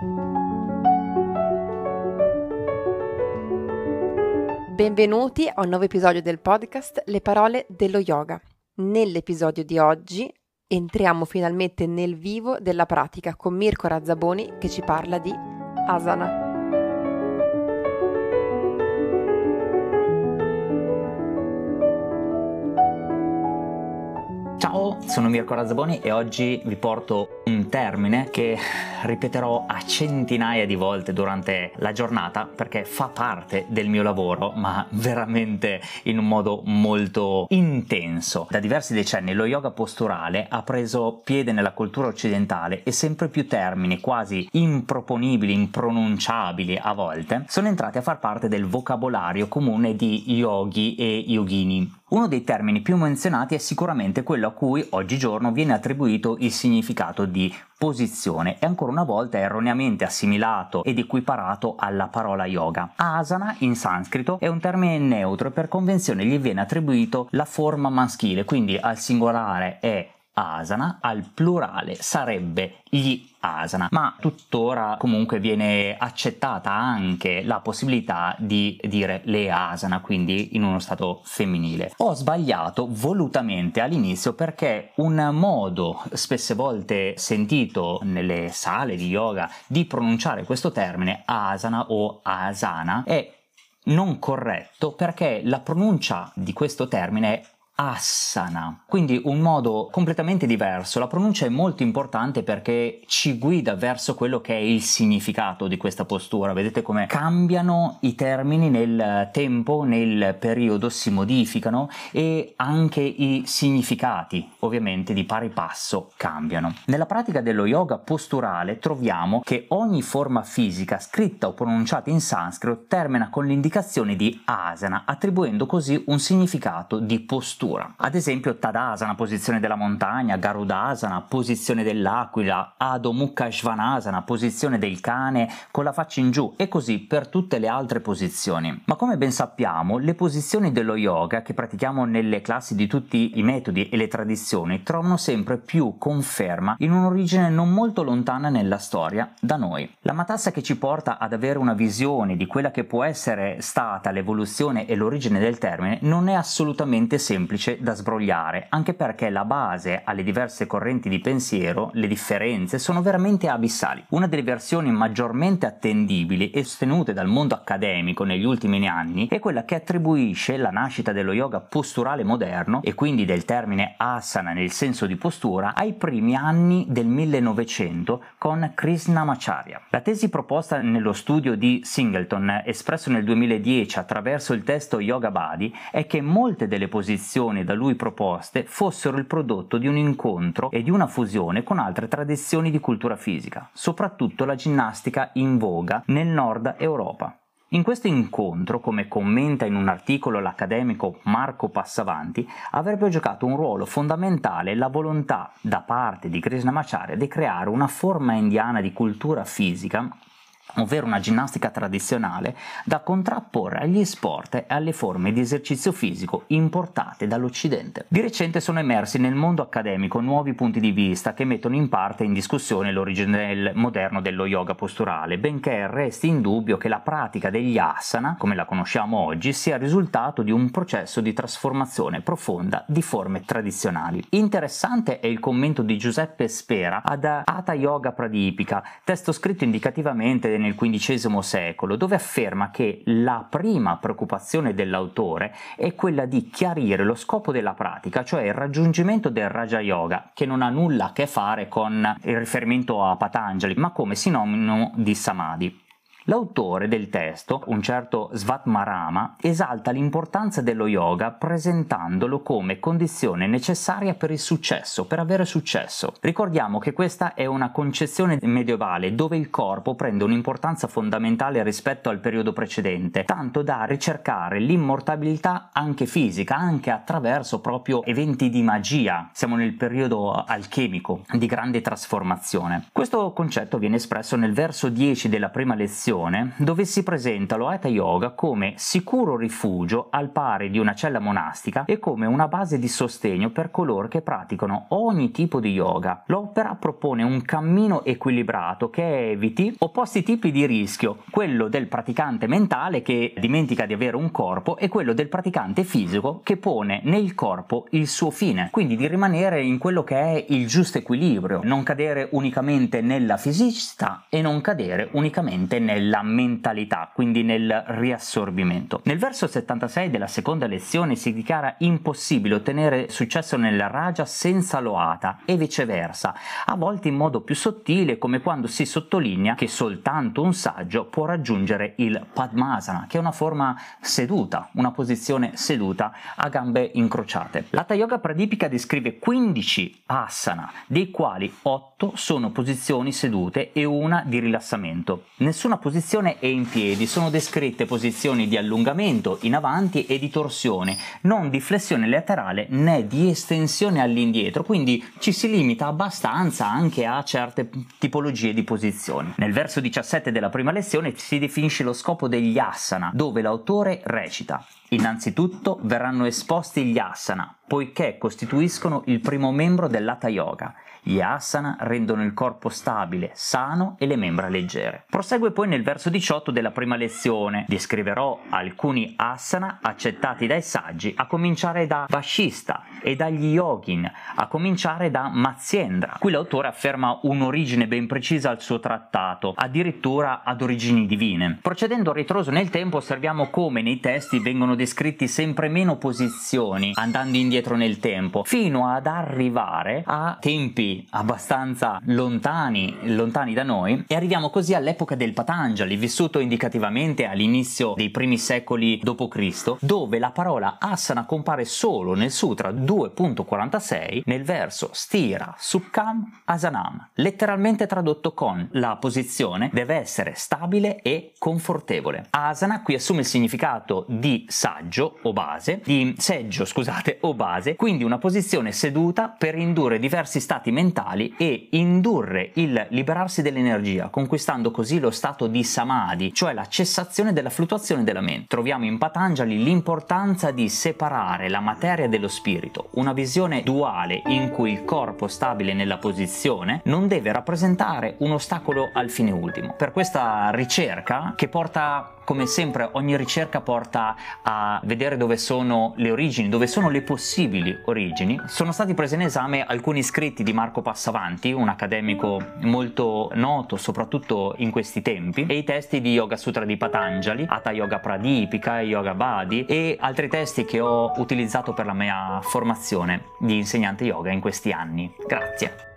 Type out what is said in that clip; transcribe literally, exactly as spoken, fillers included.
Benvenuti a un nuovo episodio del podcast Le parole dello yoga. Nell'episodio di oggi entriamo finalmente nel vivo della pratica con Mirko Razzaboni che ci parla di asana. Ciao, sono Mirko Razzaboni e oggi vi porto un termine che ripeterò a centinaia di volte durante la giornata perché fa parte del mio lavoro, ma veramente in un modo molto intenso. Da diversi decenni lo yoga posturale ha preso piede nella cultura occidentale e sempre più termini quasi improponibili, impronunciabili a volte, sono entrati a far parte del vocabolario comune di yogi e yogini. Uno dei termini più menzionati è sicuramente quello a cui oggigiorno viene attribuito il significato di posizione e ancora una volta è erroneamente assimilato ed equiparato alla parola yoga. Asana in sanscrito è un termine neutro e per convenzione gli viene attribuito la forma maschile, quindi al singolare è asana, al plurale sarebbe gli asana, ma tuttora comunque viene accettata anche la possibilità di dire le asana, quindi in uno stato femminile. Ho sbagliato volutamente all'inizio perché un modo spesse volte sentito nelle sale di yoga di pronunciare questo termine asana o asana è non corretto perché la pronuncia di questo termine è asana, quindi un modo completamente diverso. La pronuncia è molto importante perché ci guida verso quello che è il significato di questa postura. Vedete come cambiano i termini nel tempo, nel periodo, si modificano e anche i significati ovviamente di pari passo cambiano. Nella pratica dello yoga posturale troviamo che ogni forma fisica scritta o pronunciata in sanscrito termina con l'indicazione di asana, attribuendo così un significato di postura. Ad esempio Tadasana, posizione della montagna, Garudasana, posizione dell'aquila, Adho Mukha Svanasana, posizione del cane con la faccia in giù e così per tutte le altre posizioni. Ma come ben sappiamo, le posizioni dello yoga che pratichiamo nelle classi di tutti i metodi e le tradizioni trovano sempre più conferma in un'origine non molto lontana nella storia da noi. La matassa che ci porta ad avere una visione di quella che può essere stata l'evoluzione e l'origine del termine non è assolutamente semplice da sbrogliare, anche perché la base alle diverse correnti di pensiero, le differenze sono veramente abissali. Una delle versioni maggiormente attendibili e sostenute dal mondo accademico negli ultimi anni è quella che attribuisce la nascita dello yoga posturale moderno e quindi del termine asana nel senso di postura ai primi anni del millenovecento con Krishnamacharya. La tesi proposta nello studio di Singleton, espresso nel duemiladieci attraverso il testo Yoga Body, è che molte delle posizioni da lui proposte fossero il prodotto di un incontro e di una fusione con altre tradizioni di cultura fisica, soprattutto la ginnastica in voga nel nord Europa. In questo incontro, come commenta in un articolo l'accademico Marco Passavanti, avrebbe giocato un ruolo fondamentale la volontà da parte di Krishnamacharya di creare una forma indiana di cultura fisica, ovvero una ginnastica tradizionale da contrapporre agli sport e alle forme di esercizio fisico importate dall'Occidente. Di recente sono emersi nel mondo accademico nuovi punti di vista che mettono in parte in discussione l'origine del moderno dello yoga posturale, benché resti in dubbio che la pratica degli asana, come la conosciamo oggi, sia il risultato di un processo di trasformazione profonda di forme tradizionali. Interessante è il commento di Giuseppe Spera ad Hatha Yoga Pradipika, testo scritto indicativamente nel quindicesimo secolo, dove afferma che la prima preoccupazione dell'autore è quella di chiarire lo scopo della pratica, cioè il raggiungimento del Raja Yoga, che non ha nulla a che fare con il riferimento a Patanjali, ma come sinonimo di Samadhi. L'autore del testo, un certo Svatmarama, esalta l'importanza dello yoga presentandolo come condizione necessaria per il successo, per avere successo. Ricordiamo che questa è una concezione medievale dove il corpo prende un'importanza fondamentale rispetto al periodo precedente, tanto da ricercare l'immortalità anche fisica, anche attraverso proprio eventi di magia. Siamo nel periodo alchemico di grande trasformazione. Questo concetto viene espresso nel verso dieci della prima lezione lezione dove si presenta lo Hatha Yoga come sicuro rifugio al pari di una cella monastica e come una base di sostegno per coloro che praticano ogni tipo di yoga. L'opera propone un cammino equilibrato che eviti opposti tipi di rischio, quello del praticante mentale che dimentica di avere un corpo e quello del praticante fisico che pone nel corpo il suo fine, quindi di rimanere in quello che è il giusto equilibrio, non cadere unicamente nella fisicità e non cadere unicamente nella mentalità, quindi nel riassorbimento. Nel verso settantasei della seconda lezione si dichiara impossibile ottenere successo nella Raja senza lo Hatha e viceversa, a volte in modo più sottile, come quando si sottolinea che soltanto un saggio può raggiungere il Padmasana, che è una forma seduta, una posizione seduta a gambe incrociate. L'Hatha Yoga Pradipika descrive quindici asana, dei quali otto sono posizioni sedute e una di rilassamento. Nessuna posizione è in piedi, sono descritte posizioni di allungamento in avanti e di torsione, non di flessione laterale né di estensione all'indietro, quindi ci si limita abbastanza anche a certe tipologie di posizioni. Nel verso diciassette della prima lezione si definisce lo scopo degli asana, dove l'autore recita: innanzitutto verranno esposti gli asana, poiché costituiscono il primo membro dell'Hatha Yoga. Gli asana rendono il corpo stabile, sano e le membra leggere. Prosegue poi nel verso diciotto della prima lezione. Descriverò alcuni asana accettati dai saggi, a cominciare da Vashista e dagli yogin, a cominciare da Matsyendra. Qui l'autore afferma un'origine ben precisa al suo trattato, addirittura ad origini divine. Procedendo a ritroso nel tempo osserviamo come nei testi vengono descritti sempre meno posizioni, andando indietro nel tempo, fino ad arrivare a tempi abbastanza lontani, lontani da noi, e arriviamo così all'epoca del Patanjali, vissuto indicativamente all'inizio dei primi secoli dopo Cristo, dove la parola asana compare solo nel Sutra due punto quarantasei nel verso Stira Sukham Asanam, letteralmente tradotto con: la posizione deve essere stabile e confortevole. Asana qui assume il significato di saggio o base, di seggio scusate o base, quindi una posizione seduta per indurre diversi stati mentali e indurre il liberarsi dell'energia, conquistando così lo stato di samadhi, cioè la cessazione della fluttuazione della mente. Troviamo in Patanjali l'importanza di separare la materia dello spirito, una visione duale in cui il corpo stabile nella posizione non deve rappresentare un ostacolo al fine ultimo. Per questa ricerca, che porta, come sempre ogni ricerca porta a vedere dove sono le origini, dove sono le possibili origini, sono stati presi in esame alcuni scritti di Marco Passavanti, un accademico molto noto soprattutto in questi tempi, e i testi di Yoga Sutra di Patanjali, Hatha Yoga Pradipika, Yoga Badi e altri testi che ho utilizzato per la mia formazione di insegnante yoga in questi anni. Grazie!